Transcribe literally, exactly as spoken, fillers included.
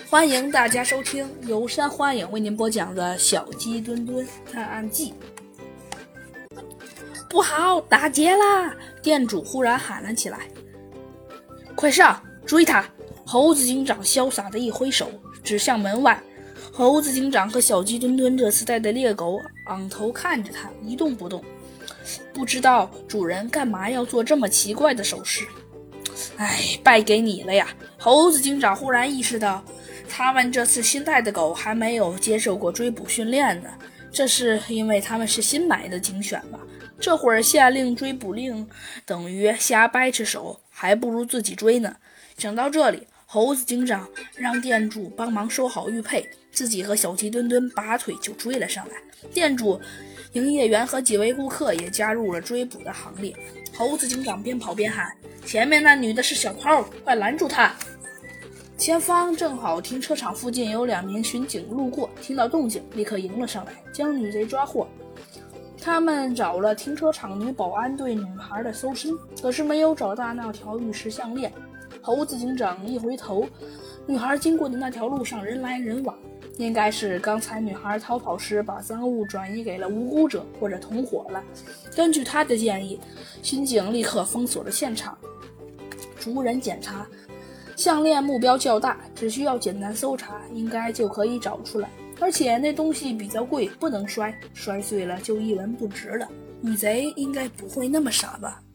欢迎大家收听由山花影为您播讲的《小鸡墩墩探案记》。不好，打劫啦！店主忽然喊了起来：“快上，追他！”猴子警长潇洒的一挥手，指向门外。猴子警长和小鸡墩墩这次带的猎狗昂头看着他，一动不动，不知道主人干嘛要做这么奇怪的手势。哎，败给你了呀！猴子警长忽然意识到，他们这次新带的狗还没有接受过追捕训练呢，这是因为他们是新买的警犬吧？这会儿下令追捕令，等于瞎掰扯手，还不如自己追呢。想到这里，猴子警长让店主帮忙收好玉佩，自己和小鸡墩墩拔腿就追了上来。店主、营业员和几位顾客也加入了追捕的行列。猴子警长边跑边喊：“前面那女的是小偷，快拦住她！”前方正好停车场附近有两名巡警路过，听到动静立刻迎了上来，将女贼抓获。他们找了停车场女保安对女孩的搜身，可是没有找到那条玉石项链。猴子警长一回头，女孩经过的那条路上人来人往，应该是刚才女孩逃跑时把赃物转移给了无辜者或者同伙了。根据他的建议，巡警立刻封锁了现场，逐人检查。项链目标较大，只需要简单搜查应该就可以找出来，而且那东西比较贵，不能摔，摔碎了就一文不值了。女贼应该不会那么傻吧？